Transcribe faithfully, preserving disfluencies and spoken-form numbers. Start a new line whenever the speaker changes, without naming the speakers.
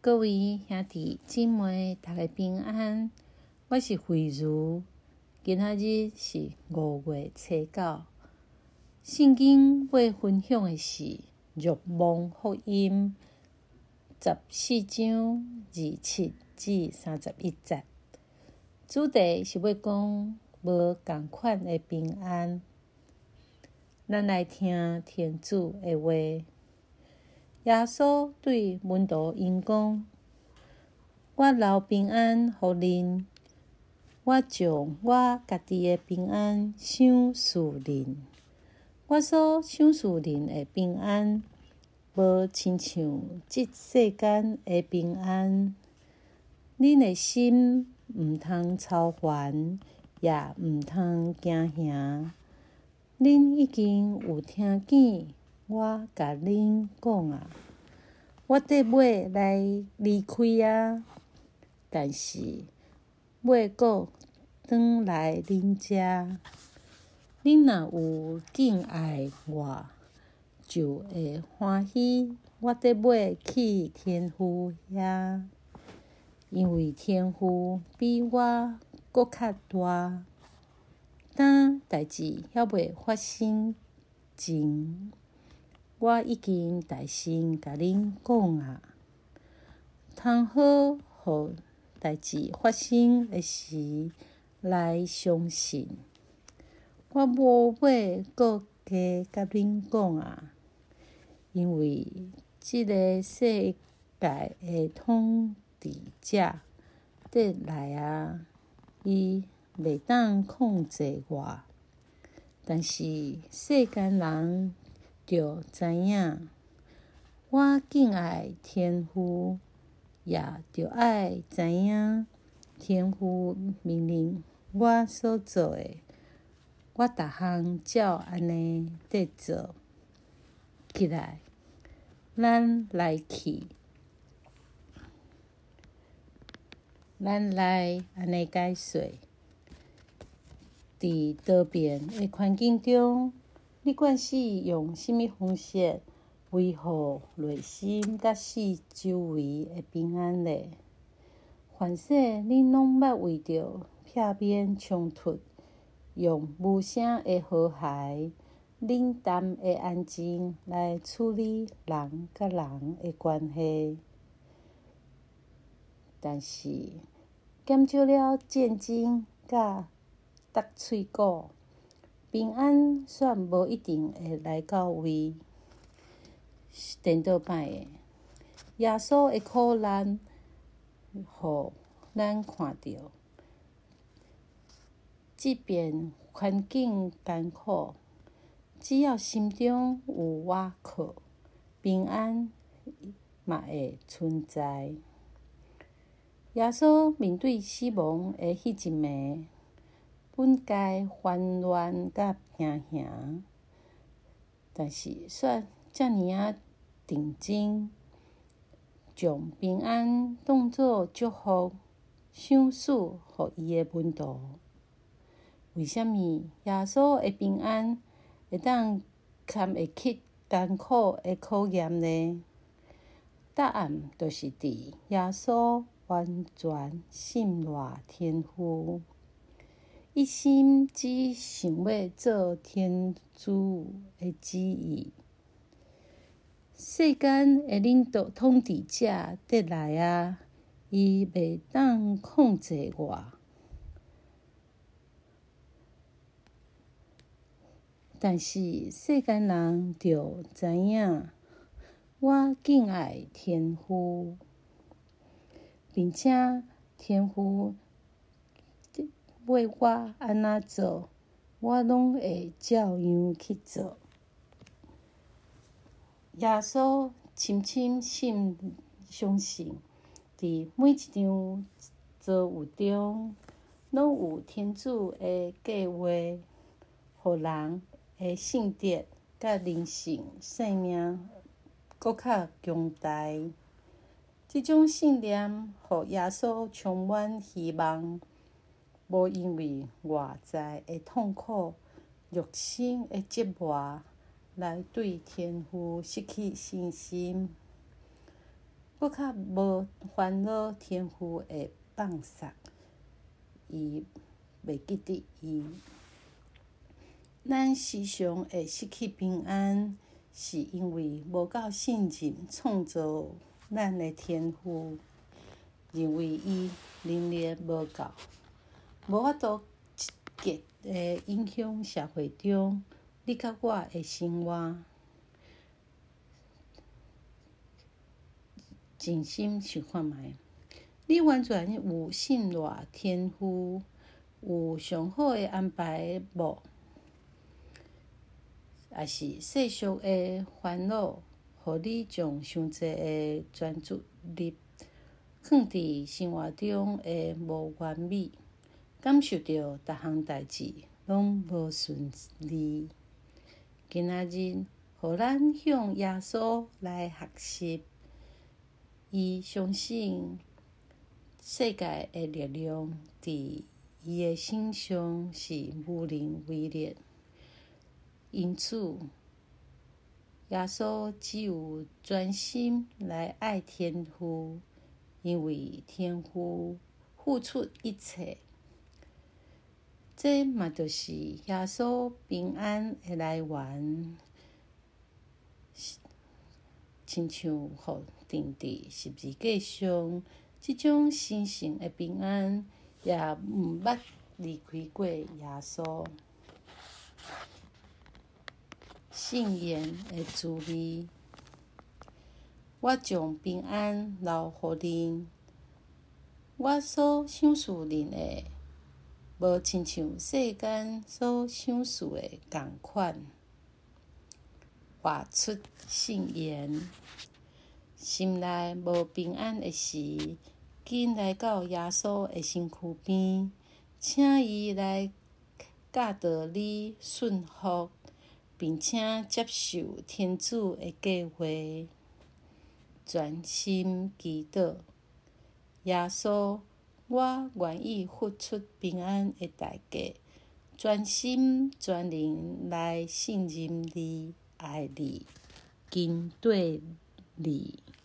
各位兄弟姊妹，大家平安。我是慧茹，今仔日是五月初九。圣经要分享的是《若望福音》十四章二十七至三十一节。主题是要讲无同款的平安。咱来听天主的话。耶稣对门徒因讲：我留平安予恁，我将我家己的平安赏赐恁。我所赏赐恁的平安，无亲像即世间的平安。恁的心毋通操烦，也毋通惊吓。恁已经有听见我甲恁讲啊，我得尾来离开啊，但是尾阁转来恁遮。恁若有敬爱我，就会欢喜我得尾去天父遐，因为天父比我阁较大。当代志还未发生前，我已经大声甲恁讲啊，通好互代志发生的时来相信。我无尾阁加甲恁讲啊，因为即个世界的统治者得来啊，伊袂当控制我，但是世间人就知影，我敬爱天父，也就爱知影天父命令我所做的，我逐项照安尼得做。起来，咱来去，咱来安尼解说。伫多变的环境中，你惯是用什么方式维护内心甲四周围的平安呢？凡说你拢捌为着避免冲突，用无声的和谐、冷淡的安静来处理人甲人的关系，但是减少了战争甲搭喙鼓，平安煞无一定会来到位。颠倒摆的，耶稣的苦难，互咱看到，即便环境艰苦，只要心中有我靠，平安嘛会存在。耶稣面对死亡的迄一暝，本该烦乱甲惊吓，但是煞遮尔啊认真，将平安当作祝福，赏赐予伊的门徒。为什么耶稣的平安会当堪会去艰苦的考验呢？答案就是伫耶稣完全信赖天父。一心只想要做天主的旨意，世间的领导统治者得来啊，伊袂当控制我，但是世间人就知影，我敬爱天父，并且天父为我安怎做，我拢会照样去做。耶稣深深信相信，伫每一场造物中，拢有天主的计划，互人的性德甲人性生命搁较强大。即种信念，互耶稣充满希望。无因为外在的痛苦、肉身的折磨，来对天父失去信心。 搁较无烦恼天父的放煞，伊袂记得伊。咱时常会失去平安，是因为无够信任创造咱的天父，认为伊能力无够，无法度积极的影响社会中你甲我的生活。真心想看觅，你完全有信赖天父，有上好的安排无？也是世俗的烦恼，互你将伤济的专注力放伫生活中的无完美，感受到逐项代志拢无顺利。今仔日，互咱向耶稣来学习，伊相信世界的力量伫伊的身上是无能为力。因此，耶稣只有专心来爱天父，因为天父付出一切。这嘛就是耶稣平安的来源，亲像互钉伫十字架上，这种神圣的平安，也毋捌离开过耶稣。圣言的滋味，我将平安留予恁。我所想事恁的，无亲像世间所想事的共款。画出圣言，心内无平安的时，紧来到耶稣的身躯边，请伊来教导你顺服，并且接受天主的计划，专心祈祷。耶稣，我愿意付出平安的代价，全心全灵来信任你、爱你、跟对你。